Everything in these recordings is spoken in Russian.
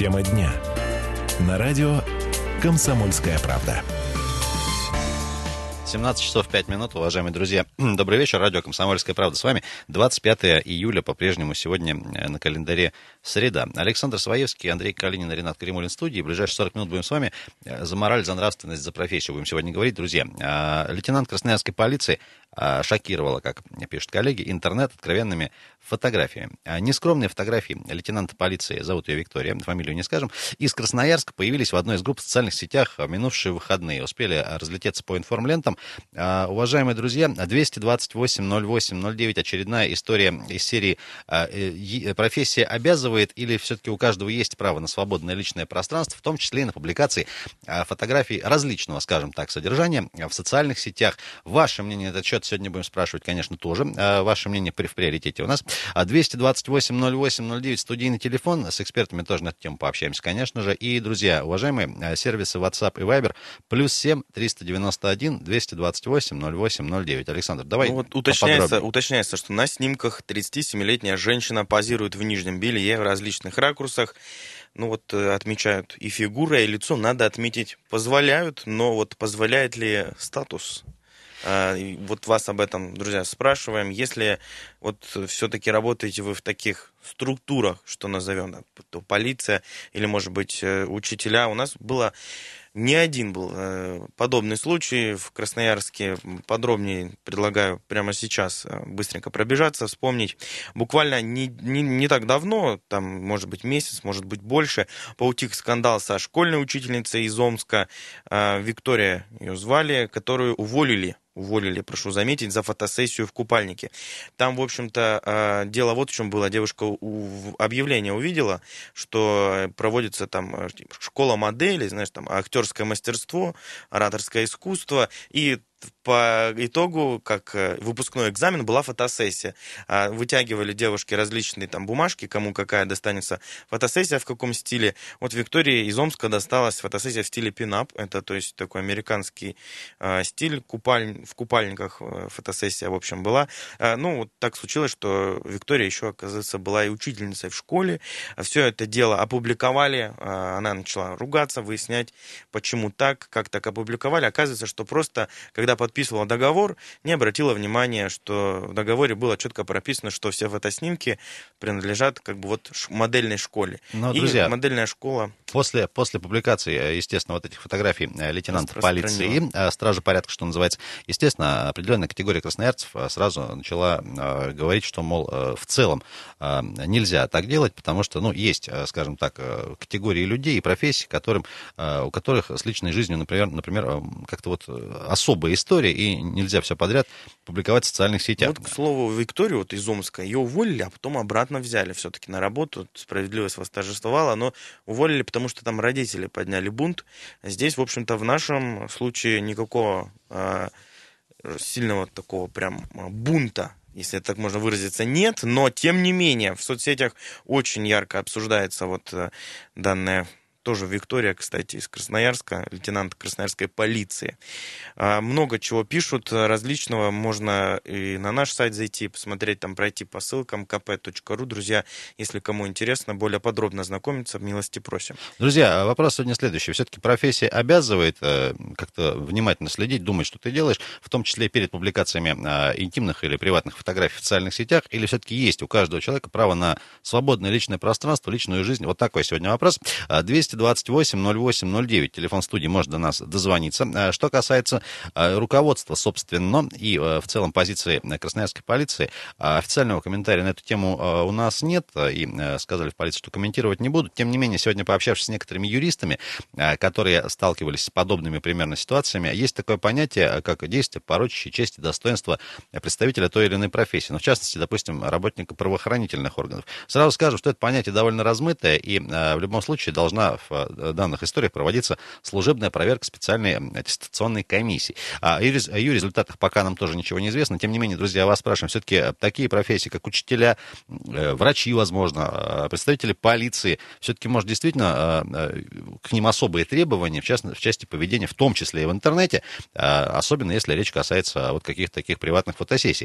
Тема дня. На радио «Комсомольская правда». 17 часов 5 минут, уважаемые друзья. Добрый вечер, радио «Комсомольская правда». С вами 25 июля, по-прежнему сегодня на календаре среда. Александр Своевский, Андрей Калинин, Ренат Каримулин в студии. В ближайшие 40 минут будем с вами за мораль, за нравственность, за профессию будем сегодня говорить. Друзья, лейтенант Красноярской полиции шокировала, как пишут коллеги, интернет откровенными фотографиями. Нескромные фотографии лейтенанта полиции, зовут ее Виктория, фамилию не скажем, из Красноярска появились в одной из групп в социальных сетях в минувшие выходные. Успели разлететься по информлентам. Уважаемые друзья, 228-08-09, очередная история из серии «Профессия обязывает» или все-таки у каждого есть право на свободное личное пространство, в том числе и на публикации фотографий различного, скажем так, содержания в социальных сетях. Ваше мнение на этот счет сегодня будем спрашивать, конечно, тоже. Ваше мнение в приоритете у нас. 228-08-09, студийный телефон. С экспертами тоже на эту тему пообщаемся, конечно же. И, друзья, уважаемые, сервисы WhatsApp и Viber +7 391 228 08-09. Александр, давай уточняется, что на снимках 37-летняя женщина позирует в нижнем белье в различных ракурсах. Отмечают и фигура, и лицо, надо отметить, позволяют, но позволяет ли статус? Вас об этом, друзья, спрашиваем. Если все-таки работаете вы в таких структурах, что назовем, то полиция или, может быть, учителя, у нас было... Не один был подобный случай в Красноярске. Подробнее предлагаю прямо сейчас быстренько пробежаться, вспомнить. Буквально не так давно, там, может быть, месяц, может быть, больше, поутих скандал со школьной учительницей из Омска. Виктория ее звали, которую уволили, прошу заметить, за фотосессию в купальнике. Там, в общем-то, дело вот в чем было. Девушка объявление увидела, что проводится там школа моделей, там актерское мастерство, ораторское искусство, и по итогу, как выпускной экзамен, была фотосессия. Вытягивали девушки различные там бумажки, кому какая достанется фотосессия, в каком стиле. Виктории из Омска досталась фотосессия в стиле пин-ап. Это, то есть, такой американский стиль. В купальниках фотосессия, в общем, была. Так случилось, что Виктория еще, оказывается, была и учительницей в школе. Все это дело опубликовали. Она начала ругаться, выяснять, почему так, как так опубликовали. Оказывается, что просто, когда подписывала договор, не обратила внимания, что в договоре было четко прописано, что все фотоснимки принадлежат модельной школе. Но, друзья, модельная школа... После публикации, естественно, этих фотографий лейтенанта полиции, стражи порядка, что называется, естественно, определенная категория красноярцев сразу начала говорить, что, мол, в целом нельзя так делать, потому что, есть, скажем так, категории людей и профессий, у которых с личной жизнью, например, как-то особая история, и нельзя все подряд публиковать в социальных сетях. К слову, Викторию из Омска, ее уволили, а потом обратно взяли все-таки на работу. Справедливость восторжествовала, но уволили, потому что там родители подняли бунт. Здесь, в общем-то, в нашем случае никакого сильного такого прям бунта, если так можно выразиться, нет, но тем не менее в соцсетях очень ярко обсуждается данная тоже Виктория, кстати, из Красноярска, лейтенант Красноярской полиции. Много чего пишут различного. Можно и на наш сайт зайти, посмотреть, там пройти по ссылкам kp.ru. Друзья, если кому интересно, более подробно знакомиться, милости просим. Друзья, вопрос сегодня следующий. Все-таки профессия обязывает как-то внимательно следить, думать, что ты делаешь, в том числе перед публикациями интимных или приватных фотографий в социальных сетях, или все-таки есть у каждого человека право на свободное личное пространство, личную жизнь? Вот такой сегодня вопрос. 228-08-09, телефон студии, может до нас дозвониться. Что касается руководства, собственно, и в целом позиции красноярской полиции, официального комментария на эту тему у нас нет, и сказали в полиции, что комментировать не будут. Тем не менее, сегодня, пообщавшись с некоторыми юристами, которые сталкивались с подобными примерно ситуациями, есть такое понятие, как действие, порочащее честь и достоинство представителя той или иной профессии, но в частности, допустим, работника правоохранительных органов. Сразу скажу, что это понятие довольно размытое, и в любом случае должна в данных историях проводиться служебная проверка специальной аттестационной комиссии. О ее результатах пока нам тоже ничего не известно. Тем не менее, друзья, вас спрашиваем, все-таки такие профессии, как учителя, врачи, возможно, представители полиции, все-таки, может, действительно к ним особые требования, в части поведения, в том числе и в интернете, особенно если речь касается вот каких-то таких приватных фотосессий.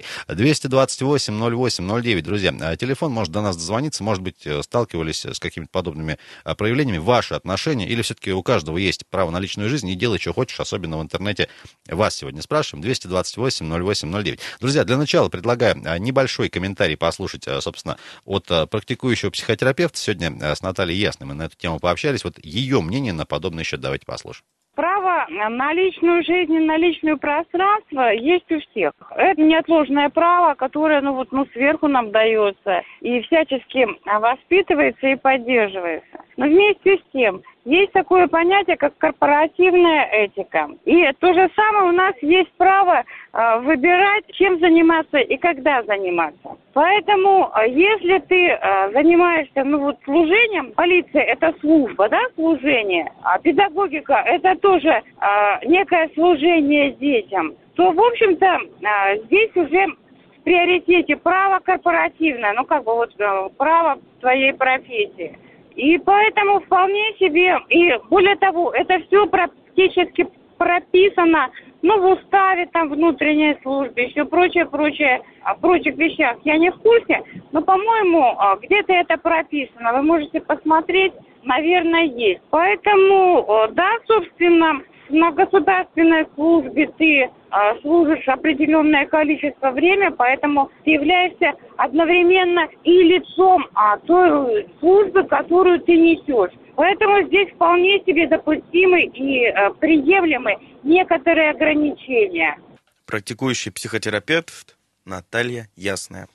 228-08-09, друзья, телефон, может до нас дозвониться, может быть, сталкивались с какими-то подобными проявлениями, ваши отношения, или все-таки у каждого есть право на личную жизнь, и делай, что хочешь, особенно в интернете. Вас сегодня спрашиваем. 228-08-09. Друзья, для начала предлагаю небольшой комментарий послушать, собственно, от практикующего психотерапевта. Сегодня с Натальей Ясной мы на эту тему пообщались. Вот ее мнение на подобный счет давайте послушаем. Право на личную жизнь и на личное пространство есть у всех. Это неотложное право, которое сверху нам дается и всячески воспитывается и поддерживается. Но вместе с тем есть такое понятие, как корпоративная этика. И то же самое у нас есть право выбирать, чем заниматься и когда заниматься. Поэтому, если ты занимаешься служением, полиция – это служба, да, служение, а педагогика – это тоже некое служение детям, то, в общем-то, здесь уже в приоритете право корпоративное, право твоей профессии. И поэтому вполне себе, и более того, это все практически прописано, в уставе, внутренней службе, еще прочее, о прочих вещах я не в курсе, но, по-моему, где-то это прописано, вы можете посмотреть, наверное, есть. Поэтому, да, собственно, на государственной службе ты служишь определенное количество времени, поэтому ты являешься одновременно и лицом той службы, которую ты несешь. Поэтому здесь вполне себе допустимы и приемлемы некоторые ограничения. Практикующий психотерапевт Наталья Ясная.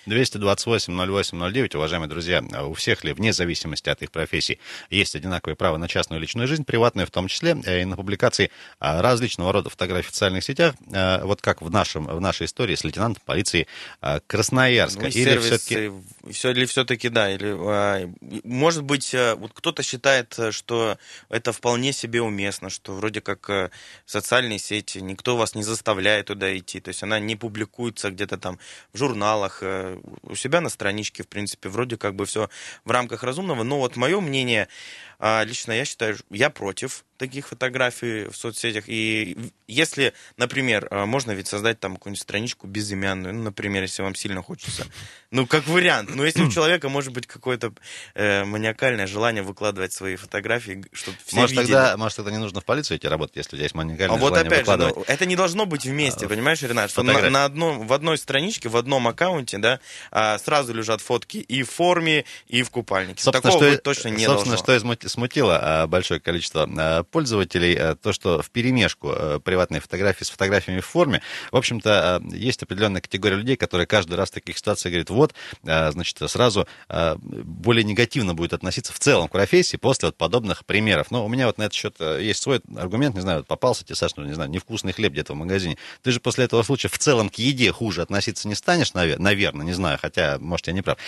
228-08-09, уважаемые друзья, у всех ли, вне зависимости от их профессии, есть одинаковое право на частную личную жизнь, приватную в том числе, и на публикации различного рода фотографий в социальных сетях, вот как в нашей истории с лейтенантом полиции Красноярска. Или все-таки, да, или, может быть, вот кто-то считает, что это вполне себе уместно, что вроде как социальные сети, никто вас не заставляет туда идти, то есть она не публикуется где-то там в журналах, у себя на страничке, в принципе, вроде как бы все в рамках разумного. Но вот мое мнение, лично я считаю, я против таких фотографий в соцсетях. И если, например, можно ведь создать там какую-нибудь страничку безымянную, например, если вам сильно хочется. Как вариант. Но если у человека может быть какое-то маниакальное желание выкладывать свои фотографии, чтобы все видели. Может, тогда не нужно в полицию идти работать, если у тебя есть маниакальное желание выкладывать. Вот опять же, это не должно быть вместе, понимаешь, Ренат? Что в одной страничке, в одном аккаунте, да, сразу лежат фотки и в форме, и в купальнике. Такого быть точно не должно. Собственно, что смутило большое количество пользователей, то, что вперемешку приватные фотографии с фотографиями в форме, в общем-то, есть определенная категория людей, которые каждый раз в таких ситуациях говорят, значит, сразу более негативно будет относиться в целом к профессии после подобных примеров. Но у меня на этот счет есть свой аргумент, не знаю, попался тебе, Саш, не знаю, невкусный хлеб где-то в магазине. Ты же после этого случая в целом к еде хуже относиться не станешь, наверное, не знаю, хотя, может, я не прав.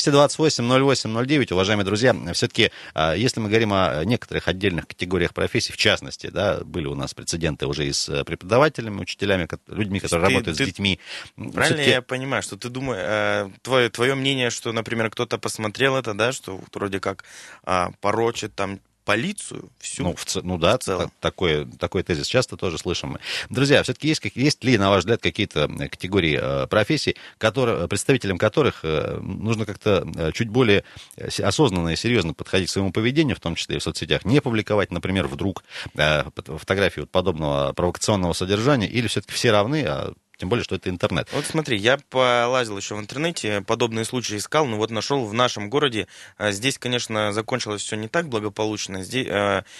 228-08-09, уважаемые друзья, все-таки, если мы говорим о некоторых отдельных категориях профессий, в частности, да, были у нас прецеденты уже и с преподавателями, учителями, людьми, которые работают с детьми. Правильно я понимаю, что ты думаешь, твое мнение, что, например, кто-то посмотрел это, да, что вроде как порочит там полицию всю. Да, такой тезис часто тоже слышим мы. Друзья, все-таки есть ли, на ваш взгляд, какие-то категории профессий, представителям которых нужно как-то чуть более осознанно и серьезно подходить к своему поведению, в том числе и в соцсетях, не публиковать, например, вдруг фотографии подобного провокационного содержания, или все-таки все равны, тем более, что это интернет. Вот смотри, я полазил еще в интернете, подобные случаи искал, но нашел в нашем городе. Здесь, конечно, закончилось все не так благополучно. Здесь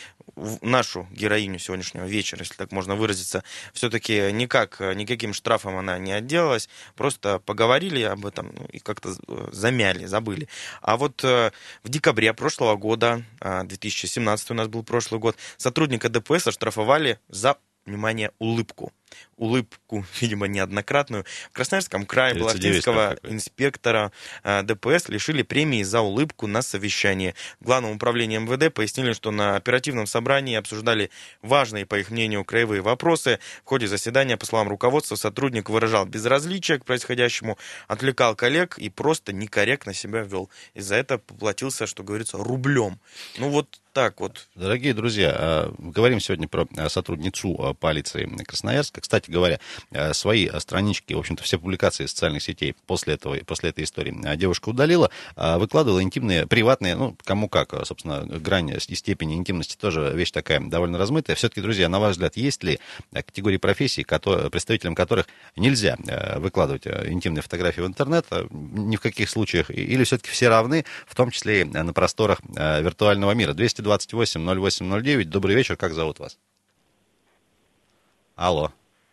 нашу героиню сегодняшнего вечера, если так можно выразиться, все-таки никаким штрафом она не отделалась. Просто поговорили об этом и как-то замяли, забыли. А вот в декабре прошлого года, 2017 у нас был прошлый год, сотрудника ДПС оштрафовали за, внимание, улыбку. улыбку, видимо, неоднократную. В Красноярском крае балахтинского инспектора ДПС лишили премии за улыбку на совещании. В Главном управлении МВД пояснили, что на оперативном собрании обсуждали важные, по их мнению, краевые вопросы. В ходе заседания, по словам руководства, сотрудник выражал безразличие к происходящему, отвлекал коллег и просто некорректно себя вел. Из-за этого поплатился, что говорится, рублем. Ну вот так вот. Дорогие друзья, говорим сегодня про сотрудницу полиции Красноярска. Кстати говоря, свои странички, в общем-то, все публикации социальных сетей после этой истории девушка удалила, выкладывала интимные, приватные, ну, кому как, собственно, грань и степень интимности тоже вещь такая довольно размытая. Все-таки, друзья, на ваш взгляд, есть ли категории профессий, представителям которых нельзя выкладывать интимные фотографии в интернет, ни в каких случаях, или все-таки все равны, в том числе и на просторах виртуального мира? 228-08-09. Добрый вечер, как зовут вас? Алло.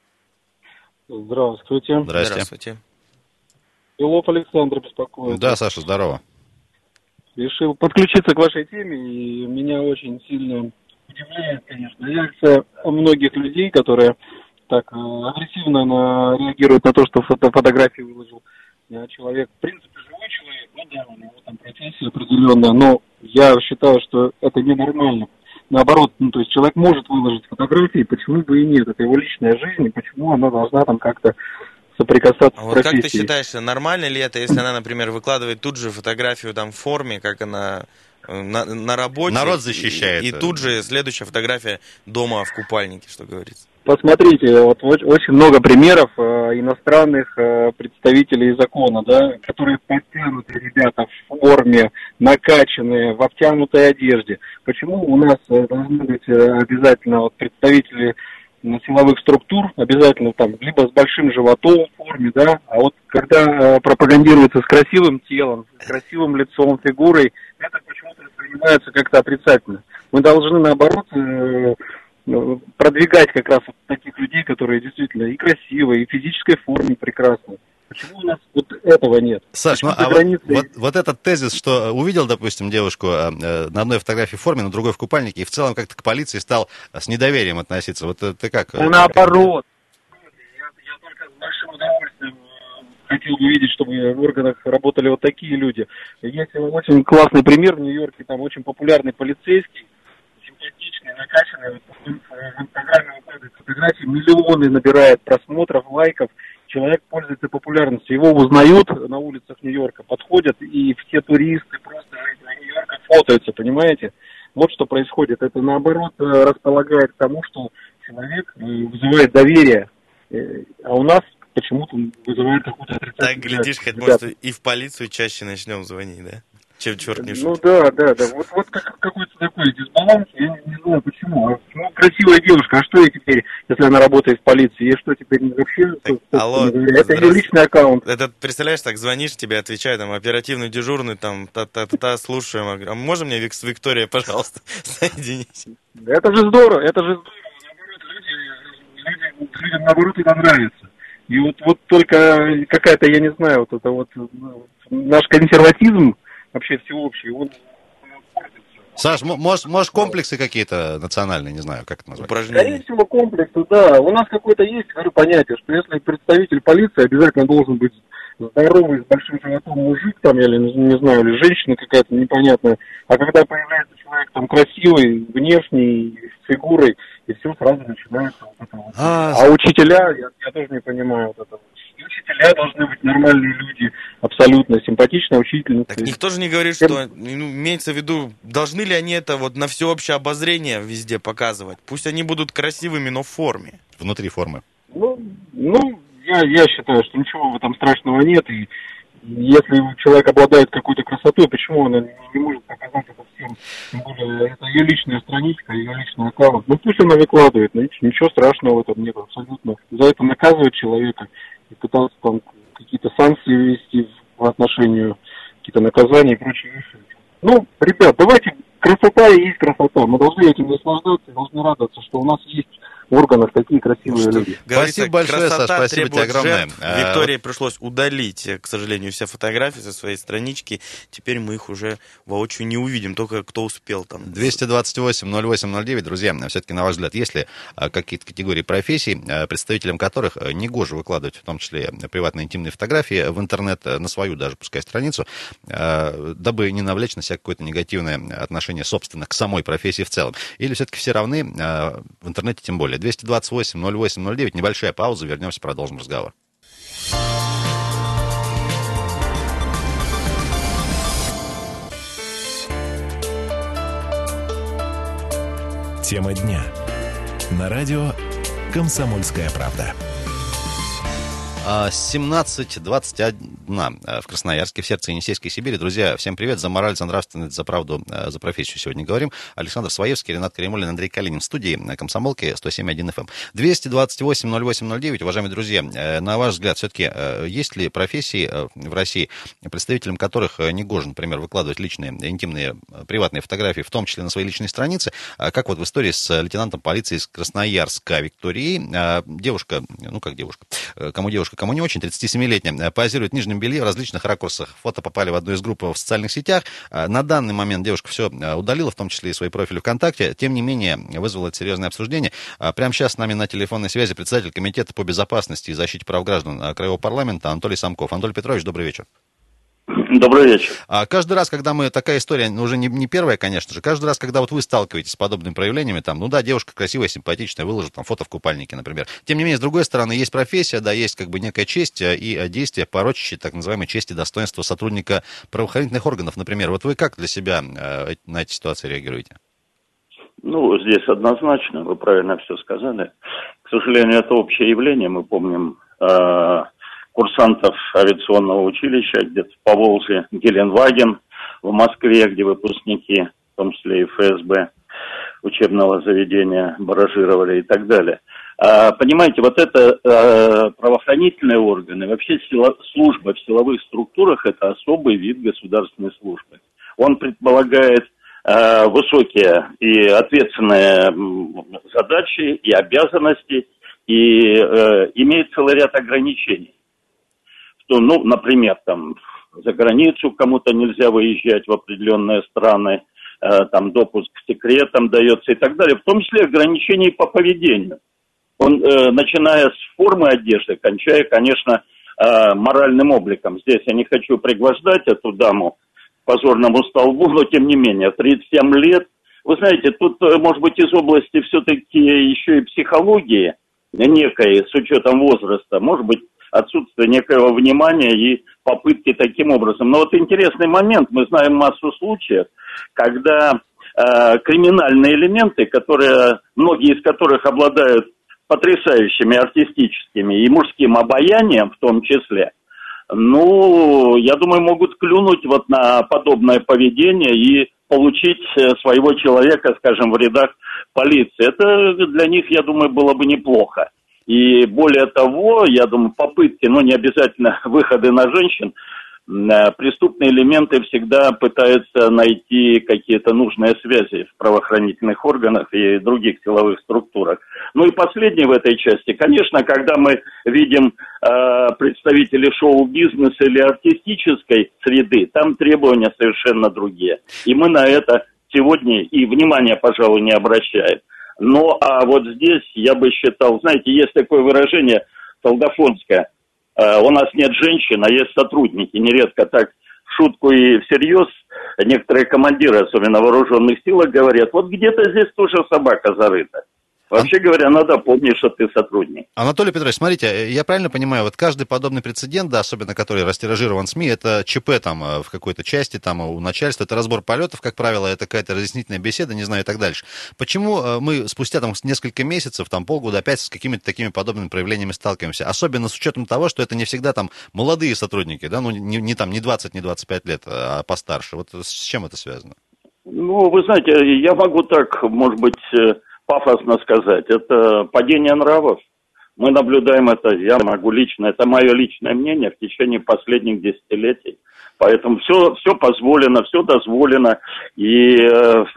Здравствуйте. Здравствуйте. Белов Александр беспокоит. Да, Саша, здорово. Решил подключиться к вашей теме, и меня очень сильно удивляет, конечно, реакция многих людей, которые так агрессивно реагируют на то, что фотографии выложил человек. В принципе, живой человек, ну да, у него там профессия определенная, но я считаю, что это ненормально. Наоборот, ну, то есть человек может выложить фотографии, почему бы и нет? Это его личная жизнь, и почему она должна там как-то соприкасаться с профессией. Вот как ты считаешь, нормально ли это, если она, например, выкладывает тут же фотографию там в форме, как она на работе? Народ защищает. И тут же следующая фотография дома в купальнике, что говорится. Посмотрите, вот очень много примеров иностранных представителей закона, да, которые подтянутые ребята в форме, накачанные, в обтянутой одежде. Почему у нас должны быть обязательно вот представители силовых структур, обязательно там либо с большим животом в форме, да, а вот когда пропагандируется с красивым телом, с красивым лицом, фигурой, это почему-то воспринимается как-то отрицательно. Мы должны, наоборот, продвигать как раз вот таких людей, которые действительно и красивые, и в физической форме прекрасны. Почему у нас вот этого нет? Саш, ну, вот этот тезис, что увидел, допустим, девушку на одной фотографии в форме, на другой в купальнике, и в целом как-то к полиции стал с недоверием относиться. Вот ты как? Ну, наоборот. Я только с большим удовольствием хотел бы видеть, чтобы в органах работали вот такие люди. Есть очень классный пример в Нью-Йорке, там очень популярный полицейский, симпатичный, накачанный, в Инстаграме выкладывает фотографии, миллионы набирает просмотров, лайков. Человек пользуется популярностью. Его узнают на улицах Нью-Йорка, подходят, и все туристы, просто жители Нью-Йорка фотаются, понимаете? Вот что происходит. Это, наоборот, располагает к тому, что человек вызывает доверие, а у нас почему-то вызывает какую-то отрицательную. Так, глядишь, хоть, может, и в полицию чаще начнем звонить, да? Чем черт не шутит. Ну да. Вот какой-то такой дисбаланс, я не знаю почему. Ну, красивая девушка, а что ей теперь, если она работает в полиции? Ей что теперь вообще? Так, алло, это ее личный аккаунт. Это, представляешь, так звонишь, тебе отвечают, там, оперативный дежурный, там, слушаем. А можно мне с Викторией, пожалуйста, соединить? Это же здорово. Наоборот, людям наоборот это нравится. И вот только какая-то, я не знаю, вот это вот наш консерватизм, вообще всеобщий, он портится. Саш, может комплексы какие-то национальные, не знаю, как это назвать? Скорее всего, комплексы, да. У нас какое-то есть, говорю, понятие, что если представитель полиции обязательно должен быть здоровый, с большим животом мужик, там, или, не знаю, или женщина какая-то непонятная, а когда появляется человек там красивый, внешний, с фигурой, и все сразу начинается вот это вот. А учителя, я тоже не понимаю вот этого. И учителя должны быть нормальные люди, абсолютно симпатичные учительницы. Так никто же не говорит, что, имеется в виду, должны ли они это вот на всеобщее обозрение везде показывать? Пусть они будут красивыми, но в форме. Внутри формы. Я считаю, что ничего в этом страшного нет, и если человек обладает какой-то красотой, почему она не может показать это всем? Тем более, это ее личная страничка, ее личный аккаунт. Ну, пусть она выкладывает, но ничего страшного в этом нет абсолютно. За это наказывать человека и пытаться там какие-то санкции ввести в отношении, какие-то наказания и прочие вещи. Ну, ребят, давайте, красота и есть красота. Мы должны этим наслаждаться, должны радоваться, что у нас есть органах такие красивые люди. Спасибо большое, Саш, спасибо тебе огромное. Виктории пришлось удалить, к сожалению, все фотографии со своей странички. Теперь мы их уже воочию не увидим, только кто успел там. 228-08-09, друзья, все-таки, на ваш взгляд, есть ли какие-то категории профессий, представителям которых негоже выкладывать, в том числе приватные интимные фотографии в интернет, на свою даже, пускай, страницу, дабы не навлечь на себя какое-то негативное отношение, собственно, к самой профессии в целом? Или все-таки все равны, в интернете тем более? 228-08-09, небольшая пауза, вернемся, продолжим разговор. Тема дня. На радио «Комсомольская правда». 17:21 в Красноярске, в сердце Енисейской Сибири. Друзья, всем привет. За мораль, за нравственность, за правду, за профессию сегодня говорим. Александр Своевский, Ренат Каримуллин, Андрей Калинин в студии на Комсомолке 107.1 FM. 228-08-09. Уважаемые друзья, на ваш взгляд, все-таки есть ли профессии в России, представителям которых негоже, например, выкладывать личные, интимные, приватные фотографии, в том числе на свои личные страницы, как вот в истории с лейтенантом полиции из Красноярска Викторией. Девушка, кому девушка, кому не очень, 37-летняя, позирует в нижнем белье в различных ракурсах. Фото попали в одну из групп в социальных сетях. На данный момент девушка все удалила, в том числе и свои профили ВКонтакте. Тем не менее, вызвало это серьезное обсуждение. Прямо сейчас с нами на телефонной связи председатель Комитета по безопасности и защите прав граждан Краевого парламента Анатолий Самков. Анатолий Петрович, добрый вечер. Добрый вечер. Каждый раз, когда такая история, уже не первая, конечно же, каждый раз, когда вот вы сталкиваетесь с подобными проявлениями, девушка красивая, симпатичная, выложит фото в купальнике, например. Тем не менее, с другой стороны, есть профессия, есть некая честь и действия, порочащие так называемой честь и достоинство сотрудника правоохранительных органов, например. Вот вы как для себя на эти ситуации реагируете? Здесь однозначно, вы правильно все сказали. К сожалению, это общее явление, мы помним курсантов авиационного училища, где-то в Поволжье, Геленваген, в Москве, где выпускники, в том числе и ФСБ, учебного заведения, баражировали и так далее. Понимаете, вот это правоохранительные органы, вообще служба в силовых структурах – это особый вид государственной службы. Он предполагает высокие и ответственные задачи и обязанности, и имеет целый ряд ограничений. Например, за границу кому-то нельзя выезжать в определенные страны, допуск к секретам дается и так далее, в том числе ограничений по поведению. Начиная с формы одежды, кончая, конечно, моральным обликом. Здесь я не хочу пригвождать эту даму к позорному столбу, но тем не менее, 37 лет. Вы знаете, тут, может быть, из области все-таки еще и психологии некой, с учетом возраста, может быть, отсутствие некоего внимания и попытки таким образом. Но интересный момент, мы знаем массу случаев, когда криминальные элементы, многие из которых обладают потрясающими артистическими и мужским обаянием в том числе, я думаю, могут клюнуть на подобное поведение и получить своего человека, скажем, в рядах полиции. Это для них, я думаю, было бы неплохо. И более того, я думаю, попытки, не обязательно выходы на женщин, преступные элементы всегда пытаются найти какие-то нужные связи в правоохранительных органах и других силовых структурах. И последнее в этой части, конечно, когда мы видим представителей шоу-бизнеса или артистической среды, там требования совершенно другие. И мы на это сегодня и внимания, пожалуй, не обращаем. Вот здесь я бы считал, знаете, есть такое выражение солдафонское, у нас нет женщин, а есть сотрудники. Нередко так в шутку и всерьез некоторые командиры, особенно в вооруженных силах, говорят, где-то здесь тоже собака зарыта. Вообще говоря, надо помнить, что ты сотрудник. Анатолий Петрович, смотрите, я правильно понимаю, каждый подобный прецедент, особенно который растиражирован СМИ, это ЧП в какой-то части, у начальства, это разбор полетов, как правило, это какая-то разъяснительная беседа, не знаю, и так дальше. Почему мы спустя несколько месяцев, полгода опять с какими-то такими подобными проявлениями сталкиваемся? Особенно с учетом того, что это не всегда молодые сотрудники, не 20, не 25 лет, а постарше. С чем это связано? Вы знаете, я могу так, может быть, пафосно сказать, это падение нравов. Мы наблюдаем это, я могу лично, это мое личное мнение в течение последних десятилетий. Поэтому все позволено, все дозволено. И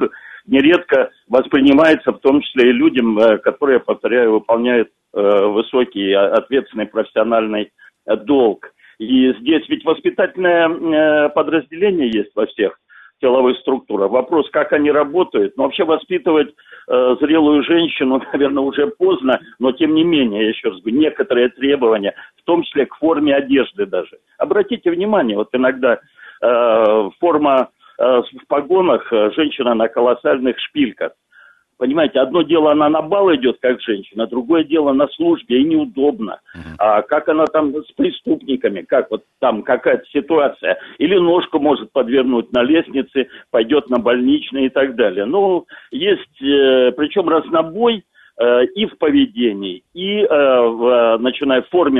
нередко воспринимается в том числе и людям, которые, повторяю, выполняют высокий, ответственный профессиональный долг. И здесь ведь воспитательное подразделение есть во всех силовых структурах. Вопрос, как они работают. Но вообще воспитывать зрелую женщину, наверное, уже поздно, но тем не менее, я еще раз говорю, некоторые требования, в том числе к форме одежды даже. Обратите внимание, вот иногда форма в погонах, женщина на колоссальных шпильках. Понимаете, одно дело, она на бал идет как женщина, другое дело на службе, и неудобно. А как она там с преступниками, как вот там какая-то ситуация. Или ножку может подвернуть на лестнице, пойдет на больничный и так далее. Ну, есть, причем разнобой и в поведении, и начиная в форме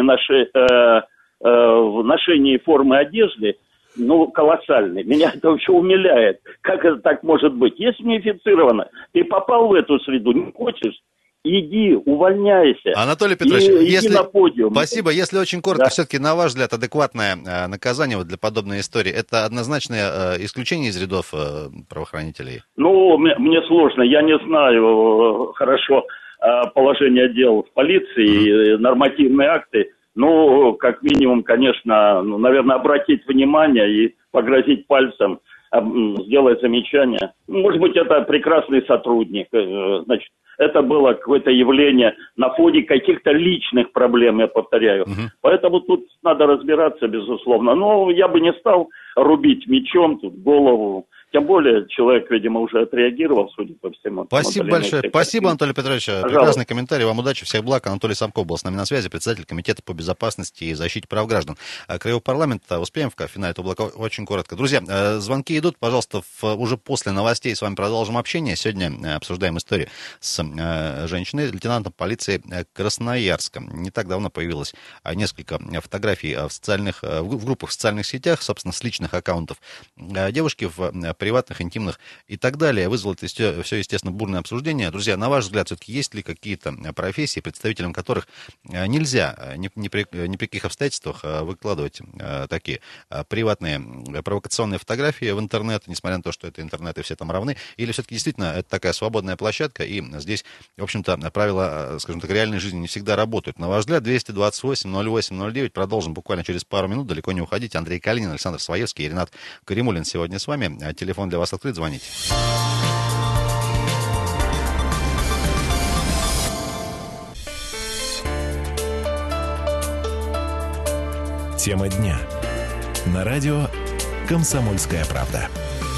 в ношении формы одежды, ну, колоссальный. Меня это вообще умиляет. Как это так может быть? Если унифицировано, ты попал в эту среду, не хочешь, иди, увольняйся. Анатолий Петрович, иди на подиум. Спасибо. Если очень коротко, все-таки, на ваш взгляд, адекватное наказание вот для подобной истории, это однозначное исключение из рядов правоохранителей? Ну, мне сложно. Я не знаю хорошо положение дел в полиции, нормативные акты. Ну, как минимум, конечно, наверное, обратить внимание и погрозить пальцем, сделать замечание. Может быть, это прекрасный сотрудник. Значит, это было какое-то явление на фоне каких-то личных проблем, я повторяю. Поэтому тут надо разбираться, безусловно. Но я бы не стал рубить мечом тут голову. Тем более, человек, видимо, уже отреагировал, судя по всему. Спасибо большое. Спасибо, Анатолий Петрович. Пожалуйста. Прекрасный комментарий. Вам удачи, всех благ. Анатолий Самков был с нами на связи, председатель Комитета по безопасности и защите прав граждан Краевого парламента. Успеем в финале этого блока очень коротко. Друзья, звонки идут. Пожалуйста, уже после новостей с вами продолжим общение. Сегодня обсуждаем историю с женщиной, лейтенантом полиции Красноярска. Не так давно появилось несколько фотографий в группах в социальных сетях, собственно, с личных аккаунтов девушки в приватных, интимных и так далее. Вызвало это все, естественно, бурное обсуждение. Друзья, на ваш взгляд, все-таки есть ли какие-то профессии, представителям которых нельзя ни при каких обстоятельствах выкладывать такие приватные провокационные фотографии в интернет, несмотря на то, что это интернет и все там равны, или все-таки действительно это такая свободная площадка, и здесь, в общем-то, правила, скажем так, реальной жизни не всегда работают. На ваш взгляд, 228-08-09, продолжим буквально через пару минут, далеко не уходите. Андрей Калинин, Александр Своевский и Ренат Каримулин сегодня с вами. Телефон для вас открыт, звоните. Тема дня. На радио «Комсомольская правда».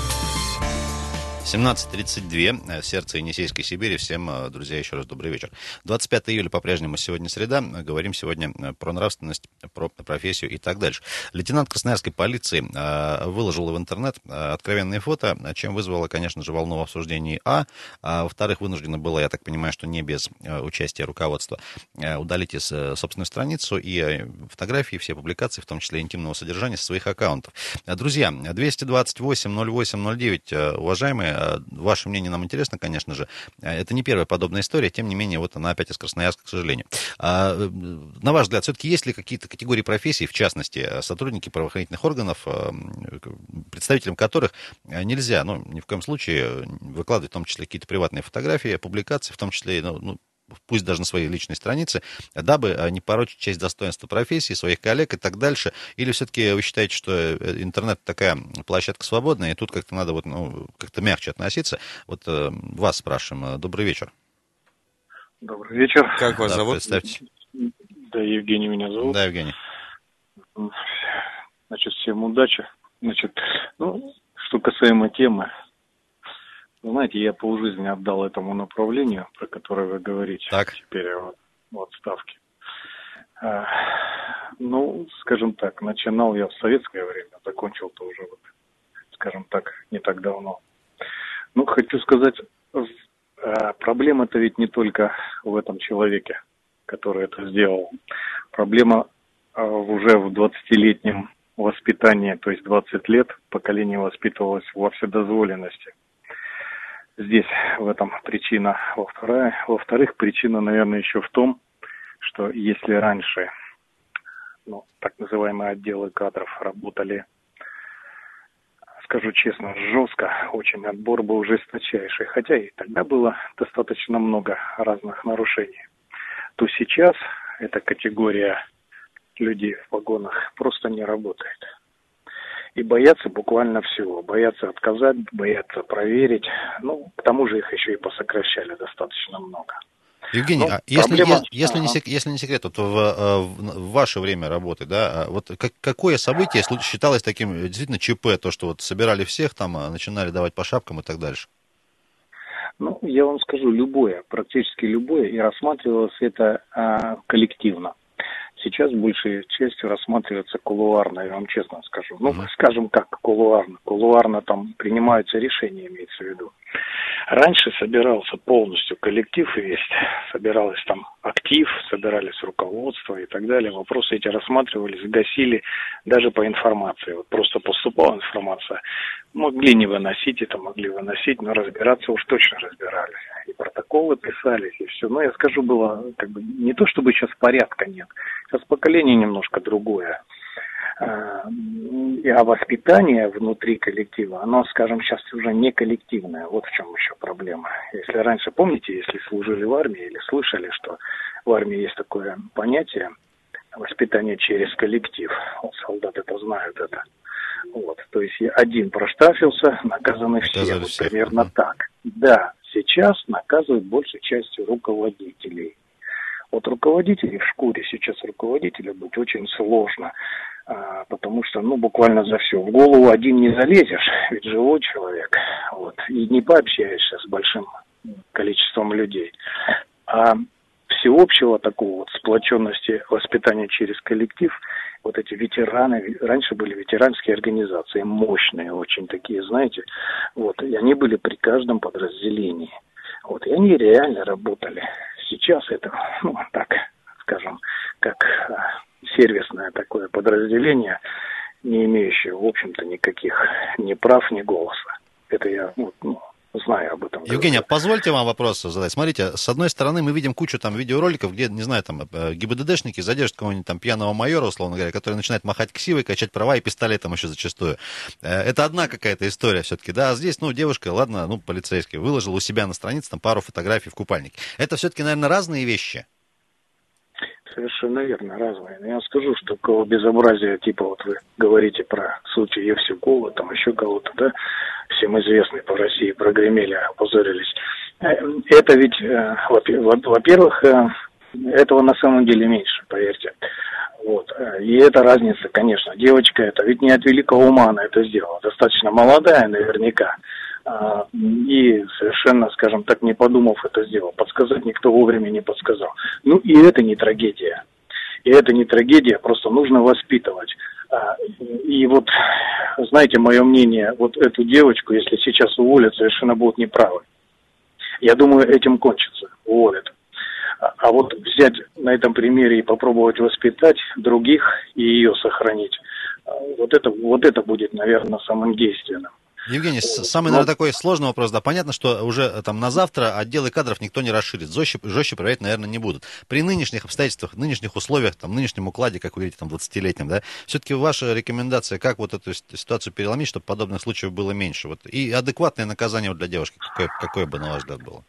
17:32 в сердце Енисейской Сибири. Всем, друзья, еще раз добрый вечер. 25 июля по-прежнему сегодня среда. Говорим сегодня про нравственность, про профессию и так дальше. Лейтенант красноярской полиции выложил в интернет откровенные фото, чем вызвало, конечно же, волну в обсуждении во-вторых, вынуждено было, я так понимаю, что не без участия руководства, удалить из собственную страницу и фотографии, все публикации, в том числе интимного содержания, со своих аккаунтов. Друзья, 228-08-09, уважаемые, ваше мнение нам интересно, конечно же. Это не первая подобная история, тем не менее, вот она опять из Красноярска, к сожалению. На ваш взгляд, все-таки есть ли какие-то категории профессий, в частности, сотрудники правоохранительных органов, представителям которых нельзя, ни в коем случае выкладывать в том числе какие-то приватные фотографии, публикации, в том числе, пусть даже на своей личной странице, дабы не порочить честь, достоинства профессии, своих коллег и так дальше? Или все-таки вы считаете, что интернет такая площадка свободная, и тут как-то надо как-то мягче относиться? Вот вас спрашиваем. Добрый вечер. Добрый вечер. Как вас зовут? Представьте. Да, Евгений меня зовут. Да, Евгений. Значит, всем удачи. Значит, что касаемо темы, знаете, я полжизни отдал этому направлению, про которое вы говорите. Так. Теперь я в отставке. Скажем так, начинал я в советское время, закончил-то уже, скажем так, не так давно. Хочу сказать, проблема-то ведь не только в этом человеке, который это сделал. Проблема уже в 20-летнем воспитании, то есть 20 лет поколение воспитывалось во вседозволенности. Здесь в этом причина. Во-вторых, причина, наверное, еще в том, что если раньше, так называемые отделы кадров работали, скажу честно, жестко, очень отбор был жесточайший. Хотя и тогда было достаточно много разных нарушений. То сейчас эта категория людей в погонах просто не работает. И боятся буквально всего. Боятся отказать, боятся проверить. Ну, к тому же их еще и посокращали достаточно много. Евгений, Ну, если не секрет, вот в ваше время работы, да, вот какое событие считалось таким действительно ЧП, то, что вот собирали всех, там, начинали давать по шапкам и так дальше? Ну, я вам скажу, любое, практически любое, и рассматривалось это коллективно. Сейчас большей частью рассматривается кулуарно, я вам честно скажу. Ну, скажем как кулуарно. Кулуарно там принимаются решения, имеется в виду. Раньше собирался полностью коллектив весь, собиралось там актив, собирались руководство и так далее. Вопросы эти рассматривались, гасили даже по информации. Вот просто поступала информация. Могли не выносить это, могли выносить, но разбираться уж точно разбирались. И протоколы писались, и все. Но я скажу, было как бы не то, чтобы сейчас порядка нет. Сейчас поколение немножко другое. А воспитание внутри коллектива, оно, скажем, сейчас уже не коллективное. Вот в чем еще проблема. Если раньше, помните, если служили в армии или слышали, что в армии есть такое понятие воспитание через коллектив. Вот солдаты это знают это. Вот. То есть один проштрафился, наказаны все. Вот примерно так. Да, сейчас наказывают большей частью руководителей. Вот руководителей в шкуре сейчас руководителя быть очень сложно, потому что, ну, буквально за все. В голову один не залезешь, ведь живой человек, вот, и не пообщаешься с большим количеством людей. А всеобщего такого вот сплоченности воспитания через коллектив, вот эти ветераны, раньше были ветеранские организации, мощные очень такие, знаете, вот, и они были при каждом подразделении, вот, и они реально работали. Сейчас это, ну, так, скажем, как сервисное такое подразделение, не имеющее, в общем-то, никаких ни прав, ни голоса. Это я, знаю об этом. Евгений, позвольте вам вопрос задать. Смотрите, с одной стороны, мы видим кучу там видеороликов, где, не знаю, там ГИБДДшники задержат какого-нибудь там пьяного майора, условно говоря, который начинает махать ксивой, качать права и пистолетом еще зачастую. Это одна какая-то история все-таки, да, а здесь, девушка, ладно, полицейский, выложил у себя на странице там пару фотографий в купальнике. Это все-таки, наверное, разные вещи? Совершенно верно, разные. Я скажу, что такого безобразия, типа вот вы говорите про случай Евсюкова, там еще кого-то, да, всем известный по России, прогремели, опозорились. Это ведь, во-первых, этого на самом деле меньше, поверьте. Вот. И это разница, конечно. Девочка это ведь не от великого ума она это сделала. Достаточно молодая наверняка. И совершенно, скажем так, не подумав это сделал. Подсказать никто вовремя не подсказал. Ну и это не трагедия. И это не трагедия, просто нужно воспитывать. И вот, знаете, мое мнение, вот эту девочку, если сейчас уволят, совершенно будут неправы. Я думаю, этим кончится, уволят. А вот взять на этом примере и попробовать воспитать других и ее сохранить, вот это будет, наверное, самым действенным. Евгений, самый, наверное, такой сложный вопрос. Да, понятно, что уже там на завтра отделы кадров никто не расширит. Жестче проверять, наверное, не будут. При нынешних обстоятельствах, нынешних условиях, там, нынешнем укладе, как вы видите, там, 20-летнем, да, все-таки ваша рекомендация, как вот эту ситуацию переломить, чтобы подобных случаев было меньше? Вот, и адекватное наказание вот для девушки, какое бы, на ваш взгляд, было?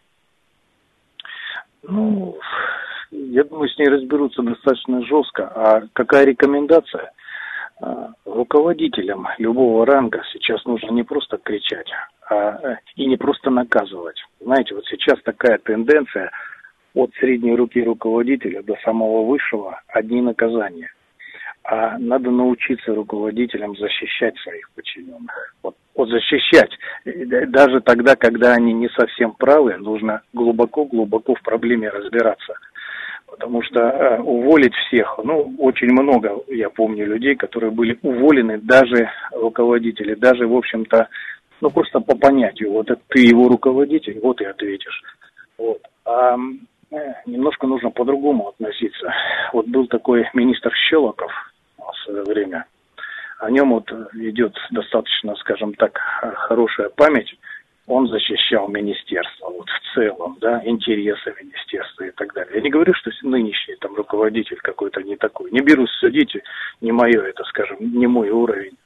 Я думаю, с ней разберутся достаточно жестко. А какая рекомендация? Руководителям любого ранга сейчас нужно не просто кричать, и не просто наказывать. Знаете, вот сейчас такая тенденция от средней руки руководителя до самого высшего одни наказания. А надо научиться руководителям защищать своих подчиненных. Вот защищать. Даже тогда, когда они не совсем правы, нужно глубоко-глубоко в проблеме разбираться. Потому что уволить всех, очень много, я помню, людей, которые были уволены, даже руководители, даже, в общем-то, просто по понятию, вот это ты его руководитель, вот и ответишь. Вот. А немножко нужно по-другому относиться. Вот был такой министр Щелоков в свое время, о нем вот идет достаточно, скажем так, хорошая память. Он защищал министерство, вот в целом, да, интересы министерства и так далее. Я не говорю, что нынешний там руководитель какой-то не такой. Не берусь судить, не мое это, скажем, не мой уровень.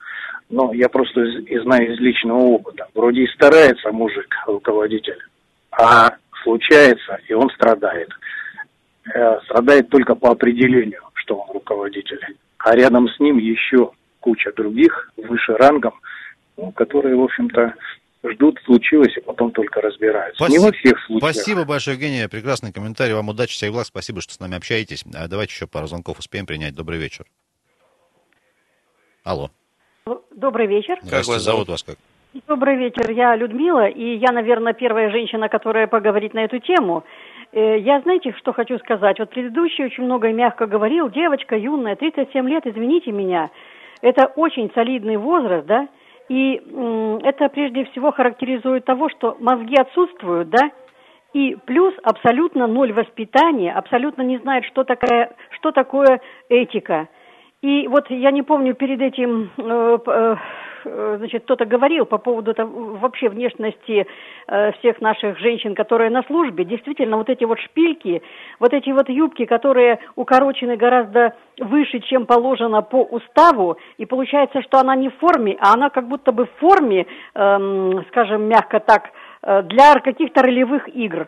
Но я просто знаю из личного опыта. Вроде и старается мужик, руководитель, а случается, и он страдает. Страдает только по определению, что он руководитель. А рядом с ним еще куча других, выше рангом, которые, в общем-то, ждут, случилось, и потом только разбираются. Не во всех случаях. Спасибо большое, Евгений. Прекрасный комментарий. Вам удачи, всех благ. Спасибо, что с нами общаетесь. Давайте еще пару звонков успеем принять. Добрый вечер. Алло. Добрый вечер. Здравствуйте, зовут вас как? Добрый вечер, я Людмила, и я, наверное, первая женщина, которая поговорит на эту тему. Я, знаете, что хочу сказать? Вот предыдущий очень много и мягко говорил, девочка юная, 37 лет, извините меня, это очень солидный возраст, да, и это прежде всего характеризует того, что мозги отсутствуют, да, и плюс абсолютно ноль воспитания, абсолютно не знает, что такое этика. И вот я не помню, перед этим, значит, кто-то говорил по поводу вообще внешности всех наших женщин, которые на службе. Действительно, вот эти вот шпильки, вот эти вот юбки, которые укорочены гораздо выше, чем положено по уставу, и получается, что она не в форме, а она как будто бы в форме, скажем, мягко так, для каких-то ролевых игр.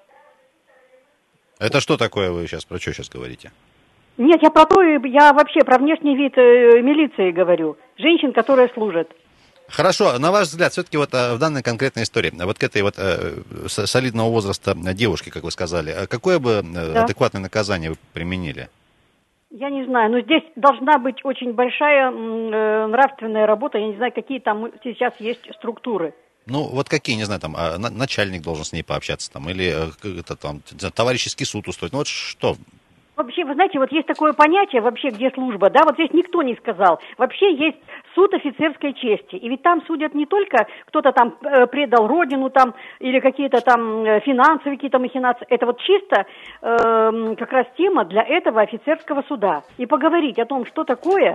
Это что такое вы сейчас, про что сейчас говорите? Нет, я вообще про внешний вид милиции говорю. Женщин, которые служат. Хорошо, на ваш взгляд, все-таки вот в данной конкретной истории, вот к этой вот солидного возраста девушки, как вы сказали, какое бы адекватное наказание вы применили? Я не знаю, но здесь должна быть очень большая нравственная работа. Я не знаю, какие там сейчас есть структуры. Ну, вот какие, не знаю, там, начальник должен с ней пообщаться, там, или это, там, товарищеский суд устроить, ну вот что? Вообще, вы знаете, вот есть такое понятие вообще, где служба, да, вот здесь никто не сказал. Вообще есть суд офицерской чести, и ведь там судят не только кто-то там предал родину там, или какие-то там финансовые какие-то махинации, это вот чисто как раз тема для этого офицерского суда. И поговорить о том, что такое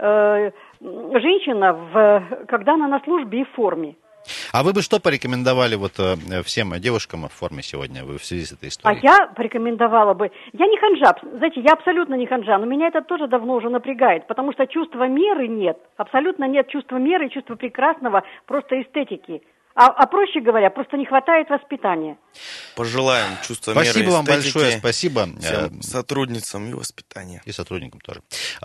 женщина, когда она на службе и в форме. А вы бы что порекомендовали вот всем девушкам в форме сегодня в связи с этой историей? А я порекомендовала бы... Я не ханжа, знаете, я абсолютно не ханжа, но меня это тоже давно уже напрягает, потому что чувства меры нет, абсолютно нет чувства меры, чувства прекрасного, просто эстетики. А проще говоря, просто не хватает воспитания. Пожелаем чувства меры и эстетики. Спасибо вам большое, спасибо. Всем сотрудницам и воспитания. И сотрудникам тоже.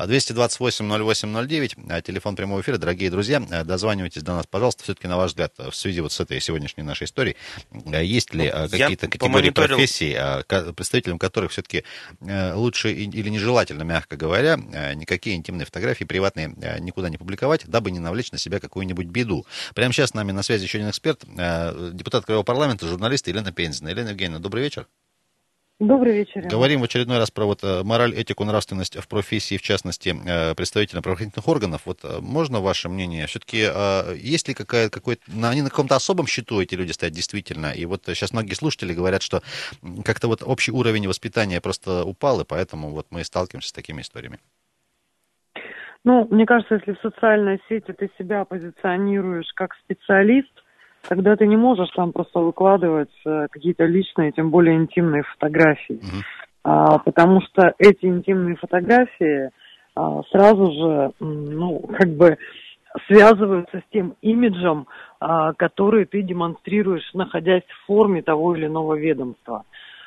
228-08-09, телефон прямого эфира. Дорогие друзья, дозванивайтесь до нас, пожалуйста. Все-таки, на ваш взгляд, в связи вот с этой сегодняшней нашей историей, есть ли какие-то категории профессий, представителям которых все-таки лучше или нежелательно, мягко говоря, никакие интимные фотографии приватные никуда не публиковать, дабы не навлечь на себя какую-нибудь беду. Прямо сейчас с нами на связи еще один эксперт, депутат Краевого парламента, журналист Елена Пензина. Елена Евгеньевна, добрый вечер. Добрый вечер. Говорим в очередной раз про вот мораль, этику, нравственность в профессии, в частности, представителя правоохранительных органов. Вот можно ваше мнение? Все-таки есть ли они на каком-то особом счету, эти люди стоят действительно? И вот сейчас многие слушатели говорят, что как-то вот общий уровень воспитания просто упал, и поэтому вот мы сталкиваемся с такими историями. Ну, мне кажется, если в социальной сети ты себя позиционируешь как специалист, тогда ты не можешь там просто выкладывать какие-то личные, тем более интимные фотографии. Потому что эти интимные фотографии сразу же, связываются с тем имиджем, который ты демонстрируешь, находясь в форме того или иного ведомства.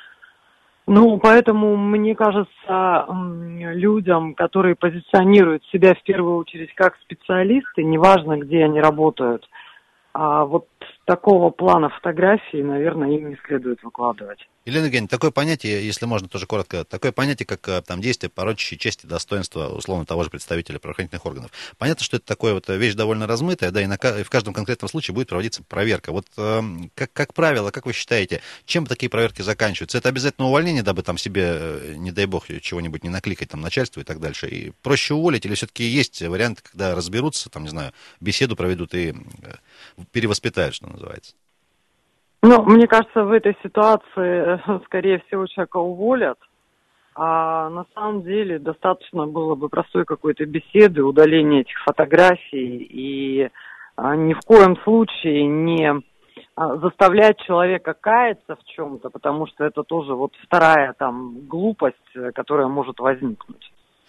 Ну, поэтому, мне кажется, людям, которые позиционируют себя в первую очередь как специалисты, неважно, где они работают, вот такого плана фотографии, наверное, им не следует выкладывать. Елена Евгеньевна, такое понятие, если можно тоже коротко, такое понятие, как там действие, порочащее честь и достоинство, условно, того же представителя правоохранительных органов. Понятно, что это такое вот вещь довольно размытая, да, и в каждом конкретном случае будет проводиться проверка. Вот как правило, как вы считаете, чем такие проверки заканчиваются? Это обязательно увольнение, дабы там себе, не дай бог, чего-нибудь не накликать там начальству и так дальше? И проще уволить, или все-таки есть вариант, когда разберутся, там, не знаю, беседу проведут и перевоспитают, что называется? Ну, мне кажется, в этой ситуации, скорее всего, человека уволят, а на самом деле достаточно было бы простой какой-то беседы, удаления этих фотографий и ни в коем случае не заставлять человека каяться в чем-то, потому что это тоже вот вторая там глупость, которая может возникнуть.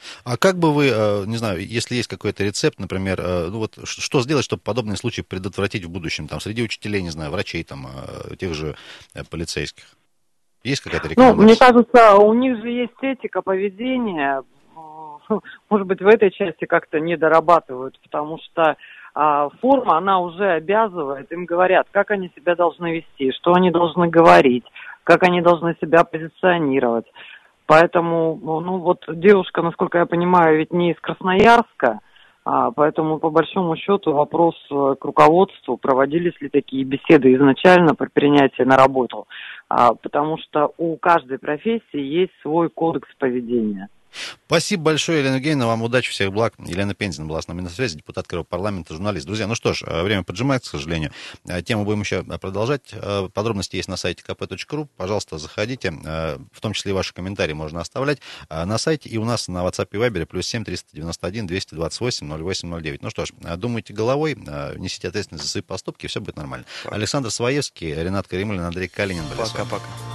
А как бы вы, не знаю, если есть какой-то рецепт, например, ну вот что сделать, чтобы подобные случаи предотвратить в будущем, там, среди учителей, не знаю, врачей, там, тех же полицейских? Есть какая-то рекомендация? Ну, мне кажется, у них же есть этика поведения. Может быть, в этой части как-то не дорабатывают, потому что форма, она уже обязывает, им говорят, как они себя должны вести, что они должны говорить, как они должны себя позиционировать. Поэтому, ну вот девушка, насколько я понимаю, ведь не из Красноярска, поэтому по большому счету вопрос к руководству, проводились ли такие беседы изначально при принятии на работу, потому что у каждой профессии есть свой кодекс поведения. Спасибо большое, Елена Евгеньевна, вам удачи, всех благ. Елена Пензина была с нами на связи, депутат Парламента, журналист. Друзья, ну что ж, время поджимает, к сожалению. Тему будем еще продолжать. Подробности есть на сайте kp.ru. Пожалуйста, заходите. В том числе и ваши комментарии можно оставлять на сайте и у нас на WhatsApp и Viber +7 391 228 0809. Ну что ж, думайте головой, несите ответственность за свои поступки, и все будет нормально. Александр Своевский, Ренат Каримуллин, Андрей Калинин. Пока-пока.